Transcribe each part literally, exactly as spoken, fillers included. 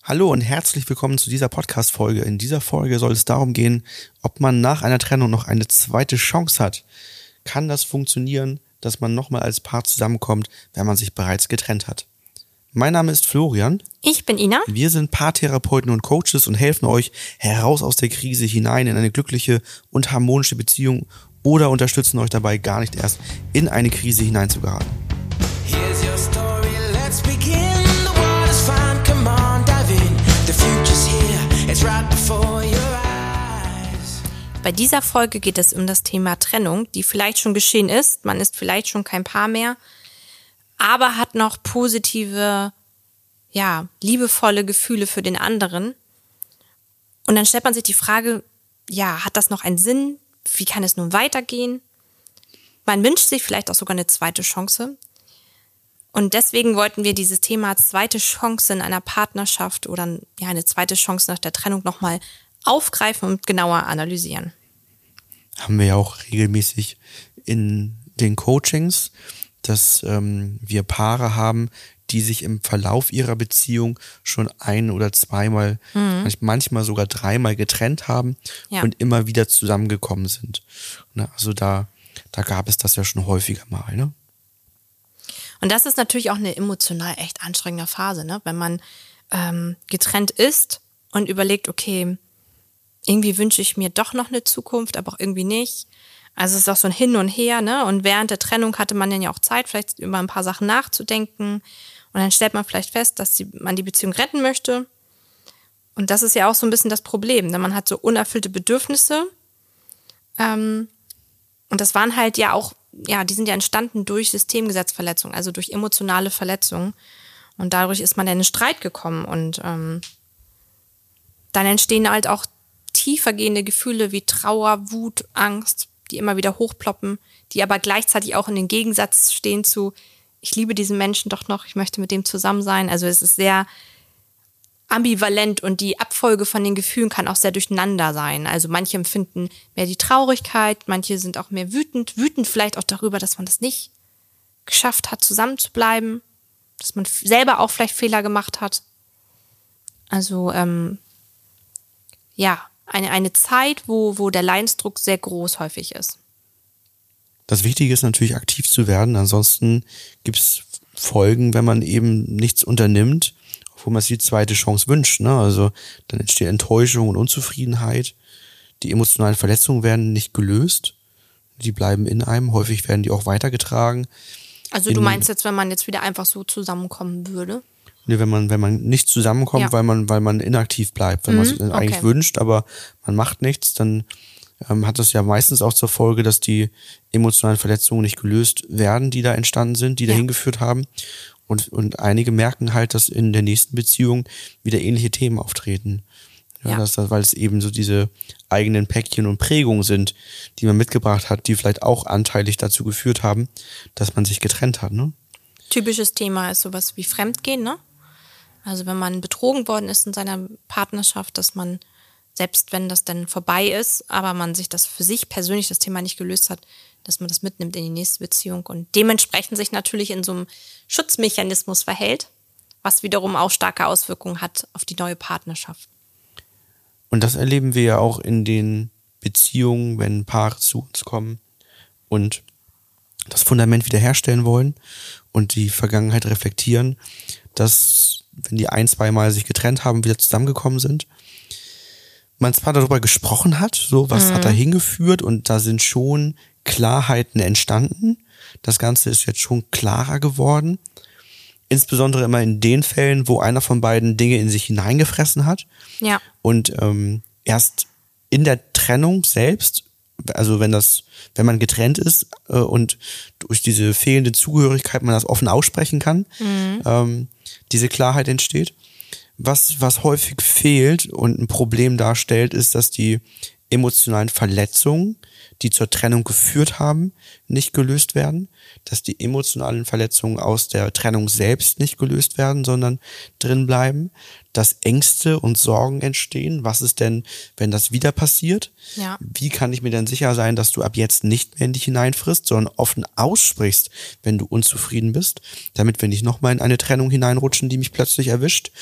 Hallo und herzlich willkommen zu dieser Podcast-Folge. In dieser Folge soll es darum gehen, ob man nach einer Trennung noch eine zweite Chance hat. Kann das funktionieren, dass man nochmal als Paar zusammenkommt, wenn man sich bereits getrennt hat? Mein Name ist Florian. Ich bin Ina. Wir sind Paartherapeuten und Coaches und helfen euch heraus aus der Krise hinein in eine glückliche und harmonische Beziehung oder unterstützen euch dabei, gar nicht erst in eine Krise hineinzugeraten. Here's your story, let's begin. The water's fine, come on, dive in. The future's here, it's right before your eyes. Bei dieser Folge geht es um das Thema Trennung, die vielleicht schon geschehen ist. Man ist vielleicht schon kein Paar mehr, aber hat noch positive, ja, liebevolle Gefühle für den anderen. Und dann stellt man sich die Frage, ja, hat das noch einen Sinn? Wie kann es nun weitergehen? Man wünscht sich vielleicht auch sogar eine zweite Chance. Und deswegen wollten wir dieses Thema zweite Chance in einer Partnerschaft oder ja, eine zweite Chance nach der Trennung nochmal aufgreifen und genauer analysieren. Haben wir ja auch regelmäßig in den Coachings, dass ähm, wir Paare haben, die sich im Verlauf ihrer Beziehung schon ein- oder zweimal, mhm. manchmal sogar dreimal getrennt haben ja. und immer wieder zusammengekommen sind. Ne, also da, da gab es das ja schon häufiger mal, ne? Und das ist natürlich auch eine emotional echt anstrengende Phase, ne? Wenn man ähm, getrennt ist und überlegt, okay, irgendwie wünsche ich mir doch noch eine Zukunft, aber auch irgendwie nicht. Also es ist auch so ein Hin und Her, ne? Und während der Trennung hatte man dann ja auch Zeit, vielleicht über ein paar Sachen nachzudenken. Und dann stellt man vielleicht fest, dass die, man die Beziehung retten möchte. Und das ist ja auch so ein bisschen das Problem, denn man hat so unerfüllte Bedürfnisse. Ähm, und das waren halt ja auch, ja, die sind ja entstanden durch Systemgesetzverletzungen, also durch emotionale Verletzungen. Und dadurch ist man in einen Streit gekommen. Und ähm, dann entstehen halt auch tiefergehende Gefühle wie Trauer, Wut, Angst, die immer wieder hochploppen, die aber gleichzeitig auch in den Gegensatz stehen zu, ich liebe diesen Menschen doch noch, ich möchte mit dem zusammen sein. Also es ist sehr ambivalent und die Abfolge von den Gefühlen kann auch sehr durcheinander sein. Also manche empfinden mehr die Traurigkeit, manche sind auch mehr wütend, wütend vielleicht auch darüber, dass man das nicht geschafft hat, zusammen zu bleiben, dass man selber auch vielleicht Fehler gemacht hat. Also ähm, ja, eine, eine Zeit, wo, wo der Leidensdruck sehr groß häufig ist. Das Wichtige ist natürlich, aktiv zu werden. Ansonsten gibt es Folgen, wenn man eben nichts unternimmt, obwohl man sich die zweite Chance wünscht. Ne? Also dann entsteht Enttäuschung und Unzufriedenheit. Die emotionalen Verletzungen werden nicht gelöst. Die bleiben in einem. Häufig werden die auch weitergetragen. Also in, du meinst jetzt, wenn man jetzt wieder einfach so zusammenkommen würde? Ne, wenn man, wenn man nicht zusammenkommt, ja. weil man, weil man inaktiv bleibt, wenn mhm, man sich okay. eigentlich wünscht, aber man macht nichts, dann ähm, hat das ja meistens auch zur Folge, dass die emotionalen Verletzungen nicht gelöst werden, die da entstanden sind, die ja. dahin geführt haben. Und, und einige merken halt, dass in der nächsten Beziehung wieder ähnliche Themen auftreten. Ja, ja. Dass, weil es eben so diese eigenen Päckchen und Prägungen sind, die man mitgebracht hat, die vielleicht auch anteilig dazu geführt haben, dass man sich getrennt hat. Ne? Typisches Thema ist sowas wie Fremdgehen, ne? Also wenn man betrogen worden ist in seiner Partnerschaft, dass man, selbst wenn das dann vorbei ist, aber man sich das für sich persönlich das Thema nicht gelöst hat, dass man das mitnimmt in die nächste Beziehung und dementsprechend sich natürlich in so einem Schutzmechanismus verhält, was wiederum auch starke Auswirkungen hat auf die neue Partnerschaft. Und das erleben wir ja auch in den Beziehungen, wenn Paare zu uns kommen und das Fundament wiederherstellen wollen und die Vergangenheit reflektieren, dass, wenn die ein, zwei Mal sich getrennt haben, wieder zusammengekommen sind, man zwar darüber gesprochen hat, so was mhm. hat da hingeführt und da sind schon Klarheiten entstanden. Das Ganze ist jetzt schon klarer geworden. Insbesondere immer in den Fällen, wo einer von beiden Dinge in sich hineingefressen hat. Ja. Und ähm, erst in der Trennung selbst, also wenn das, wenn man getrennt ist äh, und durch diese fehlende Zugehörigkeit man das offen aussprechen kann, mhm. ähm, diese Klarheit entsteht. Was, was häufig fehlt und ein Problem darstellt, ist, dass die emotionalen Verletzungen, die zur Trennung geführt haben, nicht gelöst werden, dass die emotionalen Verletzungen aus der Trennung selbst nicht gelöst werden, sondern drin bleiben, dass Ängste und Sorgen entstehen. Was ist denn, wenn das wieder passiert? Ja. Wie kann ich mir denn sicher sein, dass du ab jetzt nicht mehr in dich hineinfrisst, sondern offen aussprichst, wenn du unzufrieden bist, damit wir nicht nochmal in eine Trennung hineinrutschen, die mich plötzlich erwischt?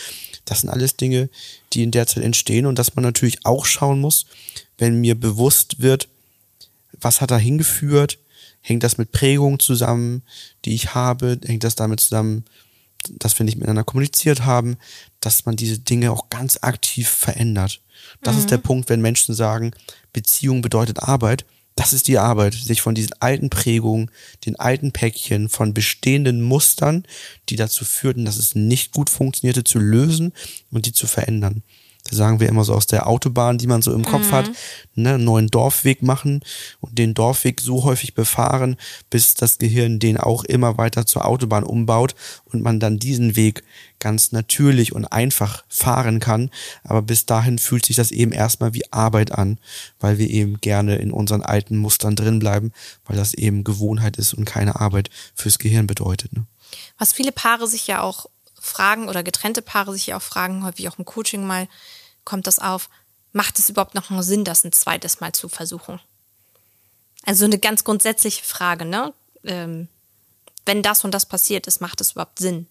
Das sind alles Dinge, die in der Zeit entstehen und dass man natürlich auch schauen muss, wenn mir bewusst wird, was hat da hingeführt, hängt das mit Prägungen zusammen, die ich habe, hängt das damit zusammen, dass wir nicht miteinander kommuniziert haben, dass man diese Dinge auch ganz aktiv verändert. Das mhm. ist der Punkt, wenn Menschen sagen, Beziehung bedeutet Arbeit. Das ist die Arbeit, sich von diesen alten Prägungen, den alten Päckchen, von bestehenden Mustern, die dazu führten, dass es nicht gut funktionierte, zu lösen und die zu verändern. Da sagen wir immer so aus der Autobahn, die man so im Kopf mhm. hat, ne, einen neuen Dorfweg machen und den Dorfweg so häufig befahren, bis das Gehirn den auch immer weiter zur Autobahn umbaut und man dann diesen Weg ganz natürlich und einfach fahren kann. Aber bis dahin fühlt sich das eben erstmal wie Arbeit an, weil wir eben gerne in unseren alten Mustern drin bleiben, weil das eben Gewohnheit ist und keine Arbeit fürs Gehirn bedeutet. Ne? Was viele Paare sich ja auch fragen oder getrennte Paare sich ja auch fragen, häufig auch im Coaching mal, kommt das auf, macht es überhaupt noch einen Sinn, das ein zweites Mal zu versuchen? Also eine ganz grundsätzliche Frage, ne? Ähm, wenn das und das passiert ist, macht es überhaupt Sinn?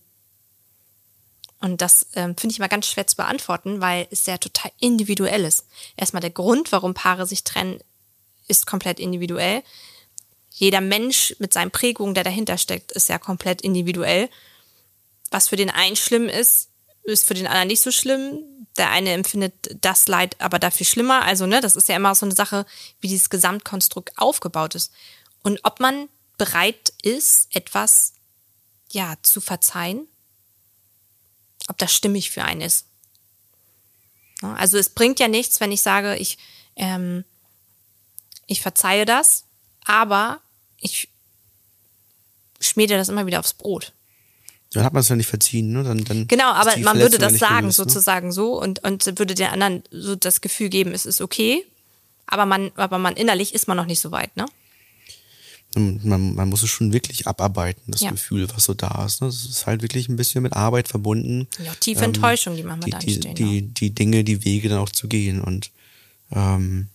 Und das ähm, finde ich mal ganz schwer zu beantworten, weil es ja total individuell ist. Erstmal der Grund, warum Paare sich trennen, ist komplett individuell. Jeder Mensch mit seinen Prägungen, der dahinter steckt, ist ja komplett individuell. Was für den einen schlimm ist, ist für den anderen nicht so schlimm. Der eine empfindet das Leid aber dafür schlimmer. Also, ne, das ist ja immer so eine Sache, wie dieses Gesamtkonstrukt aufgebaut ist. Und ob man bereit ist, etwas, ja, zu verzeihen, ob das stimmig für einen ist. Also, es bringt ja nichts, wenn ich sage, ich, ähm, ich verzeihe das, aber ich schmiede das immer wieder aufs Brot. Dann hat man es ja nicht verziehen, ne? Dann, dann genau, aber man würde das sagen, gelöst, sozusagen ne? so und, und würde den anderen so das Gefühl geben, es ist okay, aber man, aber man innerlich ist man noch nicht so weit, ne? Man, man muss es schon wirklich abarbeiten, das ja. Gefühl, was so da ist. Ne? Das ist halt wirklich ein bisschen mit Arbeit verbunden. Ja, tiefe ähm, Enttäuschung, die manchmal da die, entstehen. Die, die, die Dinge, die Wege dann auch zu gehen. Und ähm,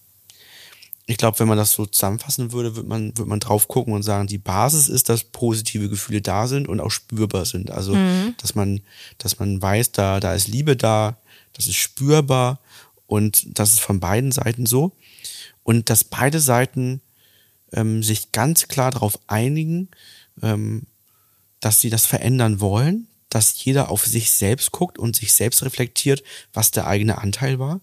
ich glaube, wenn man das so zusammenfassen würde, würde man, würde man drauf gucken und sagen, die Basis ist, dass positive Gefühle da sind und auch spürbar sind. Also, mhm. dass man, dass man weiß, da, da ist Liebe da, das ist spürbar und das ist von beiden Seiten so. Und dass beide Seiten ähm, sich ganz klar darauf einigen, ähm, dass sie das verändern wollen, dass jeder auf sich selbst guckt und sich selbst reflektiert, was der eigene Anteil war.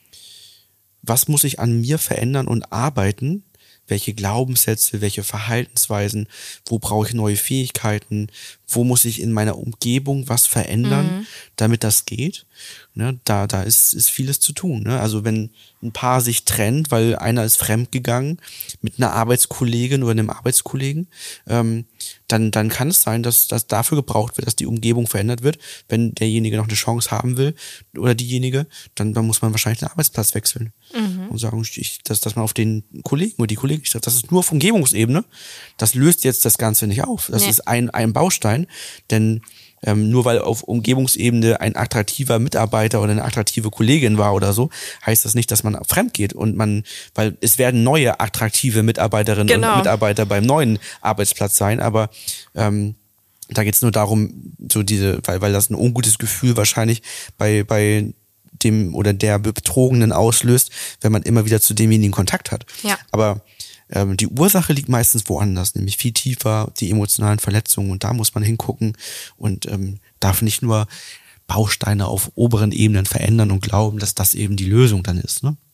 Was muss ich an mir verändern und arbeiten? Welche Glaubenssätze, welche Verhaltensweisen, wo brauche ich neue Fähigkeiten, wo muss ich in meiner Umgebung was verändern, mhm. damit das geht? Ne, da da ist, ist vieles zu tun. Ne? Also wenn ein Paar sich trennt, weil einer ist fremdgegangen mit einer Arbeitskollegin oder einem Arbeitskollegen, ähm, dann, dann kann es sein, dass das dafür gebraucht wird, dass die Umgebung verändert wird. Wenn derjenige noch eine Chance haben will oder diejenige, dann, dann muss man wahrscheinlich den Arbeitsplatz wechseln mhm. und sagen, ich, dass, dass man auf den Kollegen oder die Kollegin trifft. Das ist nur auf Umgebungsebene. Das löst jetzt das Ganze nicht auf. Das nee. ist ein, ein Baustein, denn Ähm, nur weil auf Umgebungsebene ein attraktiver Mitarbeiter oder eine attraktive Kollegin war oder so, heißt das nicht, dass man fremd geht und man, weil es werden neue attraktive Mitarbeiterinnen genau. und Mitarbeiter beim neuen Arbeitsplatz sein, aber ähm, da geht es nur darum, so diese, weil, weil das ein ungutes Gefühl wahrscheinlich bei, bei dem oder der Betrogenen auslöst, wenn man immer wieder zu demjenigen Kontakt hat. Ja. Aber die Ursache liegt meistens woanders, nämlich viel tiefer, die emotionalen Verletzungen. Und da muss man hingucken und ähm, darf nicht nur Bausteine auf oberen Ebenen verändern und glauben, dass das eben die Lösung dann ist. Ne?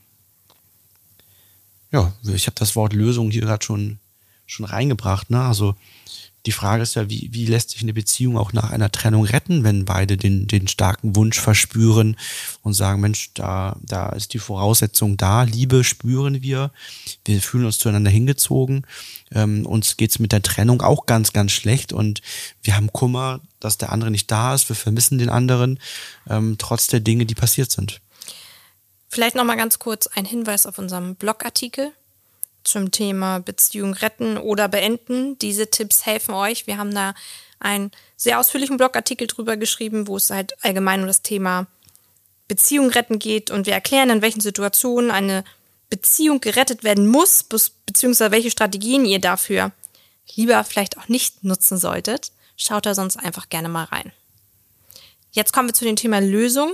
Ja, ich habe das Wort Lösung hier gerade schon, schon reingebracht. Ne? Also die Frage ist ja, wie, wie lässt sich eine Beziehung auch nach einer Trennung retten, wenn beide den, den starken Wunsch verspüren und sagen, Mensch, da, da ist die Voraussetzung da, Liebe spüren wir, wir fühlen uns zueinander hingezogen, ähm, uns geht's mit der Trennung auch ganz, ganz schlecht und wir haben Kummer, dass der andere nicht da ist, wir vermissen den anderen, ähm, trotz der Dinge, die passiert sind. Vielleicht nochmal ganz kurz ein Hinweis auf unserem Blogartikel zum Thema Beziehung retten oder beenden. Diese Tipps helfen euch. Wir haben da einen sehr ausführlichen Blogartikel drüber geschrieben, wo es halt allgemein um das Thema Beziehung retten geht und wir erklären, in welchen Situationen eine Beziehung gerettet werden muss, beziehungsweise welche Strategien ihr dafür lieber vielleicht auch nicht nutzen solltet. Schaut da sonst einfach gerne mal rein. jetzt kommen wir zu dem Thema Lösung.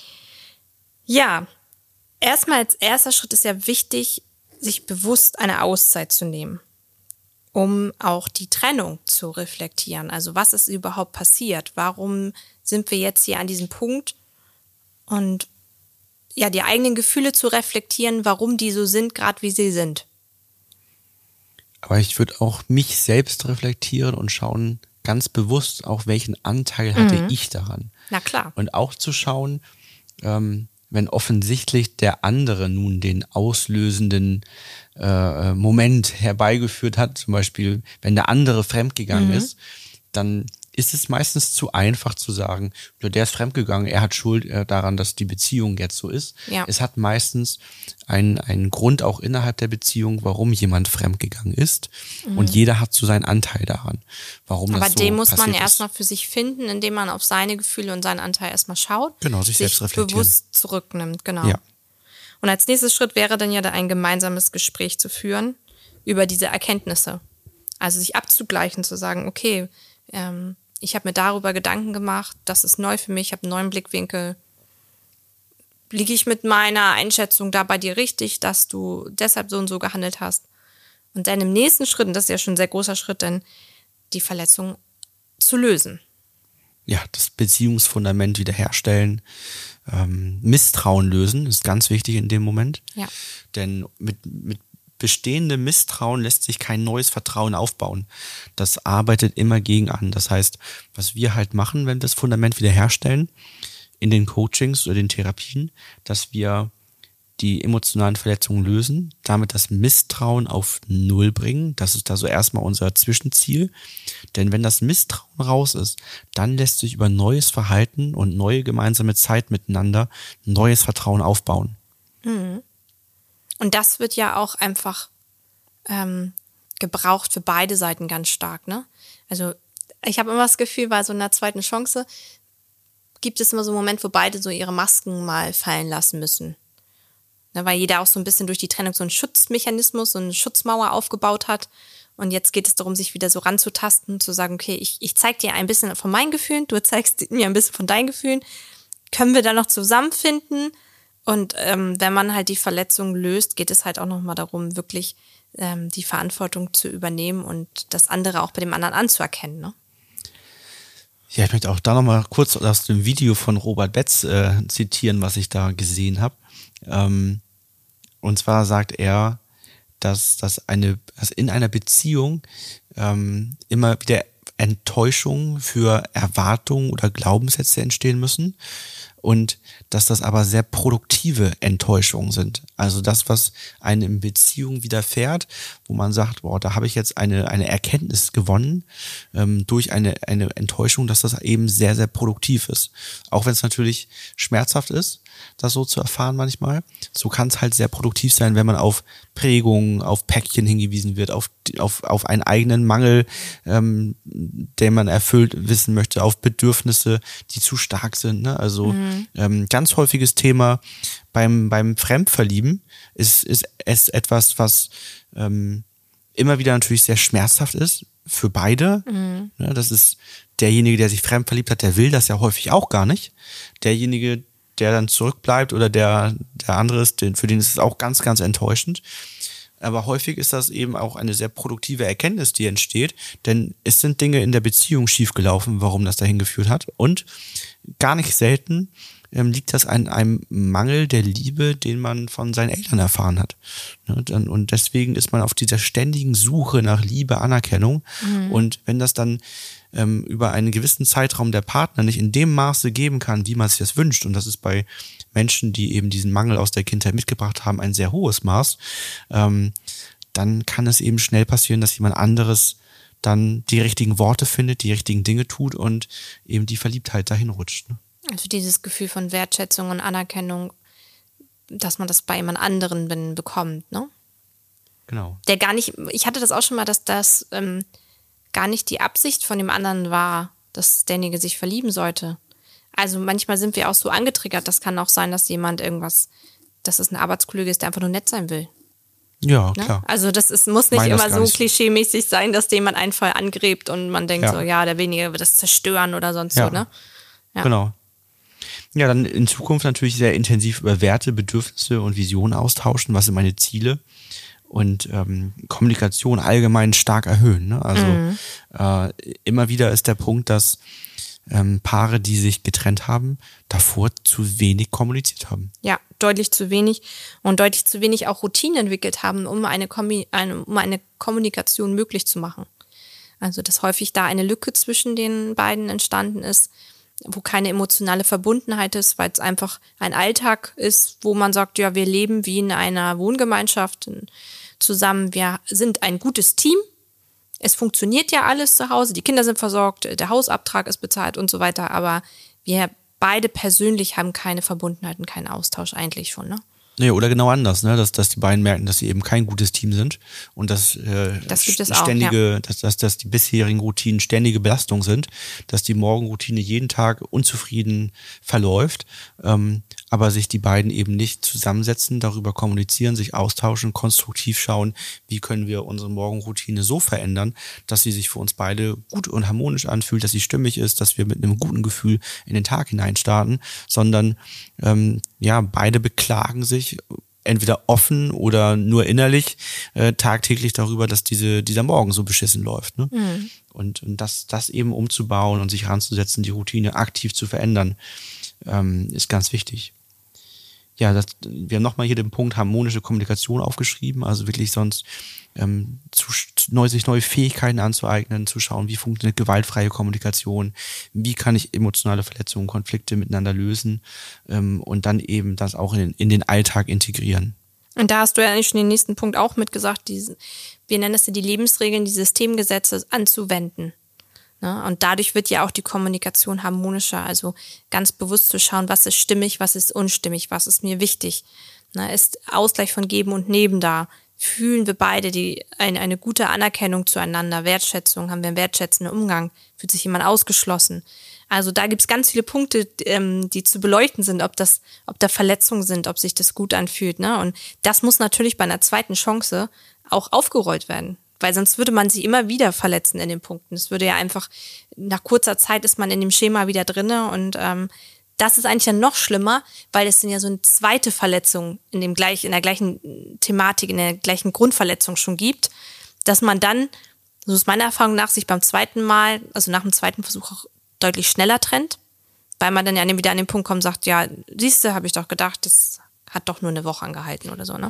Ja, erstmal als erster Schritt ist ja wichtig, sich bewusst eine Auszeit zu nehmen, um auch die Trennung zu reflektieren. Also was ist überhaupt passiert? Warum sind wir jetzt hier an diesem Punkt? Und ja, die eigenen Gefühle zu reflektieren, warum die so sind, gerade wie sie sind. Aber ich würde auch mich selbst reflektieren und schauen ganz bewusst, auch welchen Anteil hatte Mhm. ich daran. Na klar. Und auch zu schauen, ähm, wenn offensichtlich der andere nun den auslösenden äh, Moment herbeigeführt hat, zum Beispiel, wenn der andere fremdgegangen Mhm. ist, dann ist es meistens zu einfach zu sagen, ja, der ist fremdgegangen, er hat Schuld äh, daran, dass die Beziehung jetzt so ist. Ja. Es hat meistens einen, einen Grund auch innerhalb der Beziehung, warum jemand fremdgegangen ist. Und jeder hat so seinen Anteil daran, warum Mhm. Aber das so den muss man passiert ist. erstmal für sich finden, indem man auf seine Gefühle und seinen Anteil erstmal schaut. Genau, sich selbst reflektieren. bewusst zurücknimmt, genau. Ja. Und als nächster Schritt wäre dann ja da ein gemeinsames Gespräch zu führen über diese Erkenntnisse. Also sich abzugleichen, zu sagen, okay, ähm, ich habe mir darüber Gedanken gemacht, das ist neu für mich, ich habe einen neuen Blickwinkel. Liege ich mit meiner Einschätzung da bei dir richtig, dass du deshalb so und so gehandelt hast? Und dann im nächsten Schritt, und das ist ja schon ein sehr großer Schritt, dann die Verletzung zu lösen. Ja, das Beziehungsfundament wiederherstellen, ähm, Misstrauen lösen, ist ganz wichtig in dem Moment. Ja. Denn mit, mit bestehendem Misstrauen lässt sich kein neues Vertrauen aufbauen. Das arbeitet immer gegen an. Das heißt, was wir halt machen, wenn wir das Fundament wiederherstellen, in den Coachings oder den Therapien, dass wir die emotionalen Verletzungen lösen, damit das Misstrauen auf Null bringen. Das ist da so erstmal unser Zwischenziel. Denn wenn das Misstrauen raus ist, dann lässt sich über neues Verhalten und neue gemeinsame Zeit miteinander neues Vertrauen aufbauen. Und das wird ja auch einfach ähm, gebraucht für beide Seiten ganz stark, ne? Also ich habe immer das Gefühl, bei so einer zweiten Chance gibt es immer so einen Moment, wo beide so ihre Masken mal fallen lassen müssen. Ne, weil jeder auch so ein bisschen durch die Trennung so einen Schutzmechanismus, so eine Schutzmauer aufgebaut hat. Und jetzt geht es darum, sich wieder so ranzutasten, zu sagen, okay, ich, ich zeig dir ein bisschen von meinen Gefühlen, du zeigst mir ein bisschen von deinen Gefühlen. Können wir da noch zusammenfinden? Und ähm, wenn man halt die Verletzung löst, geht es halt auch nochmal darum, wirklich ähm, die Verantwortung zu übernehmen und das andere auch bei dem anderen anzuerkennen. Ne? Ja, ich möchte auch da nochmal kurz aus dem Video von Robert Betz äh, zitieren, was ich da gesehen habe. Ähm, und zwar sagt er, dass, dass, eine, dass in einer Beziehung ähm, immer wieder Enttäuschungen für Erwartungen oder Glaubenssätze entstehen müssen und dass das aber sehr produktive Enttäuschungen sind. Also das, was einem in Beziehung widerfährt, wo man sagt, boah, da habe ich jetzt eine, eine Erkenntnis gewonnen ähm, durch eine, eine Enttäuschung, dass das eben sehr, sehr produktiv ist. Auch wenn es natürlich schmerzhaft ist, das so zu erfahren manchmal, so kann es halt sehr produktiv sein, wenn man auf Prägungen, auf Päckchen hingewiesen wird, auf, auf, auf einen eigenen Mangel, ähm, den man erfüllt wissen möchte, auf Bedürfnisse, die zu stark sind. Ne? Also mhm. ähm, ganz häufiges Thema beim, beim Fremdverlieben ist, ist es etwas, was ähm, immer wieder natürlich sehr schmerzhaft ist für beide. Mhm. Ne? Das ist derjenige, der sich fremdverliebt hat, der will das ja häufig auch gar nicht. Derjenige, der dann zurückbleibt oder der, der andere ist, den, für den ist es auch ganz, ganz enttäuschend. Aber häufig ist das eben auch eine sehr produktive Erkenntnis, die entsteht, denn es sind Dinge in der Beziehung schiefgelaufen, warum das dahin geführt hat. Und gar nicht selten ähm, liegt das an einem Mangel der Liebe, den man von seinen Eltern erfahren hat. Und deswegen ist man auf dieser ständigen Suche nach Liebe, Anerkennung. Mhm. Und wenn das dann ähm, über einen gewissen Zeitraum der Partner nicht in dem Maße geben kann, wie man sich das wünscht, und das ist bei Menschen, die eben diesen Mangel aus der Kindheit mitgebracht haben, ein sehr hohes Maß, ähm, dann kann es eben schnell passieren, dass jemand anderes dann die richtigen Worte findet, die richtigen Dinge tut und eben die Verliebtheit dahin rutscht. Ne? Also dieses Gefühl von Wertschätzung und Anerkennung, dass man das bei jemand anderen bekommt, ne? Genau. Der gar nicht, ich hatte das auch schon mal, dass das ähm, gar nicht die Absicht von dem anderen war, dass derjenige sich verlieben sollte. Also manchmal sind wir auch so angetriggert, das kann auch sein, dass jemand irgendwas, dass es ein Arbeitskollege ist, der einfach nur nett sein will. Ja, Ne? klar. Also das ist, muss nicht Meine das immer gar so nicht. klischeemäßig sein, dass jemand einen voll angrebt und man denkt Ja. so, ja, der wenige wird das zerstören oder sonst Ja. so, ne? Ja. Genau. Ja, dann in Zukunft natürlich sehr intensiv über Werte, Bedürfnisse und Visionen austauschen. Was sind meine Ziele? Und ähm, Kommunikation allgemein stark erhöhen. Ne? Also mhm. äh, immer wieder ist der Punkt, dass ähm, Paare, die sich getrennt haben, davor zu wenig kommuniziert haben. Ja, deutlich zu wenig und deutlich zu wenig auch Routinen entwickelt haben, um eine, Kombi- eine, um eine Kommunikation möglich zu machen. Also dass häufig da eine Lücke zwischen den beiden entstanden ist, wo keine emotionale Verbundenheit ist, weil es einfach ein Alltag ist, wo man sagt, ja, wir leben wie in einer Wohngemeinschaft zusammen, wir sind ein gutes Team, es funktioniert ja alles zu Hause, die Kinder sind versorgt, der Hausabtrag ist bezahlt und so weiter, aber wir beide persönlich haben keine Verbundenheit und keinen Austausch eigentlich schon, ne? Ja, oder genau anders, ne? dass, dass die beiden merken, dass sie eben kein gutes Team sind und dass, äh, das gibt es ständige, auch, ja. dass, dass, dass die bisherigen Routinen ständige Belastung sind, dass die Morgenroutine jeden Tag unzufrieden verläuft, ähm, aber sich die beiden eben nicht zusammensetzen, darüber kommunizieren, sich austauschen, konstruktiv schauen, wie können wir unsere Morgenroutine so verändern, dass sie sich für uns beide gut und harmonisch anfühlt, dass sie stimmig ist, dass wir mit einem guten Gefühl in den Tag hinein starten, sondern ähm, ja, beide beklagen sich entweder offen oder nur innerlich äh, tagtäglich darüber, dass diese dieser Morgen so beschissen läuft. Ne? Mhm. Und, und das, das eben umzubauen und sich ranzusetzen, die Routine aktiv zu verändern, ähm, ist ganz wichtig. Ja, das, wir haben nochmal hier den Punkt harmonische Kommunikation aufgeschrieben, also wirklich sonst ähm, zu, neu, sich neue Fähigkeiten anzueignen, zu schauen, wie funktioniert gewaltfreie Kommunikation, wie kann ich emotionale Verletzungen, Konflikte miteinander lösen ähm, und dann eben das auch in den, in den Alltag integrieren. Und da hast du ja eigentlich schon den nächsten Punkt auch mitgesagt, diese, wir nennen es ja die Lebensregeln, die Systemgesetze anzuwenden. Ne? Und dadurch wird ja auch die Kommunikation harmonischer, also ganz bewusst zu schauen, was ist stimmig, was ist unstimmig, was ist mir wichtig. Ne? Ist Ausgleich von Geben und Nehmen da? Fühlen wir beide die eine, eine gute Anerkennung zueinander, Wertschätzung, haben wir einen wertschätzenden Umgang, fühlt sich jemand ausgeschlossen? Also da gibt es ganz viele Punkte, ähm, die zu beleuchten sind, ob das, ob da Verletzungen sind, ob sich das gut anfühlt. Ne? Und das muss natürlich bei einer zweiten Chance auch aufgerollt werden. Weil sonst würde man sie immer wieder verletzen in den Punkten. Es würde ja einfach, nach kurzer Zeit ist man in dem Schema wieder drinne und ähm, das ist eigentlich ja noch schlimmer, weil es dann ja so eine zweite Verletzung in dem gleich, in der gleichen Thematik, in der gleichen Grundverletzung schon gibt, dass man dann, so ist meiner Erfahrung nach, sich beim zweiten Mal, also nach dem zweiten Versuch auch deutlich schneller trennt, weil man dann ja wieder an den Punkt kommt und sagt, ja, siehste, habe ich doch gedacht, das hat doch nur eine Woche angehalten oder so, ne?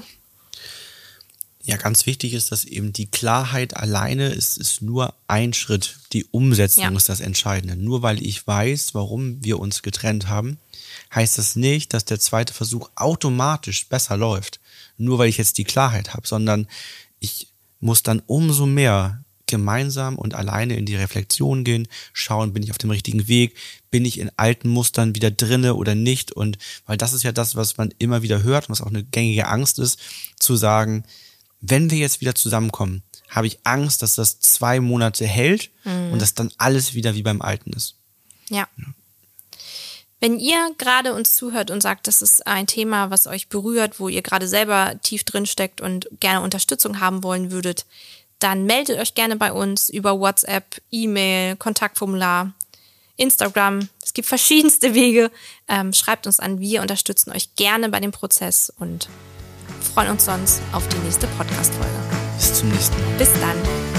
Ja, ganz wichtig ist, dass eben die Klarheit alleine ist, ist nur ein Schritt. Die Umsetzung ja. ist das Entscheidende. Nur weil ich weiß, warum wir uns getrennt haben, heißt das nicht, dass der zweite Versuch automatisch besser läuft. Nur weil ich jetzt die Klarheit habe, sondern ich muss dann umso mehr gemeinsam und alleine in die Reflexion gehen, schauen, bin ich auf dem richtigen Weg, bin ich in alten Mustern wieder drinne oder nicht? Und weil das ist ja das, was man immer wieder hört und was auch eine gängige Angst ist, zu sagen, wenn wir jetzt wieder zusammenkommen, habe ich Angst, dass das zwei Monate hält mhm. und dass dann alles wieder wie beim Alten ist. Ja. ja. Wenn ihr gerade uns zuhört und sagt, das ist ein Thema, was euch berührt, wo ihr gerade selber tief drin steckt und gerne Unterstützung haben wollen würdet, dann meldet euch gerne bei uns über WhatsApp, E-Mail, Kontaktformular, Instagram. Es gibt verschiedenste Wege. Ähm, schreibt uns an, wir unterstützen euch gerne bei dem Prozess und freuen uns sonst auf die nächste Podcast-Folge. Bis zum nächsten Mal. Bis dann.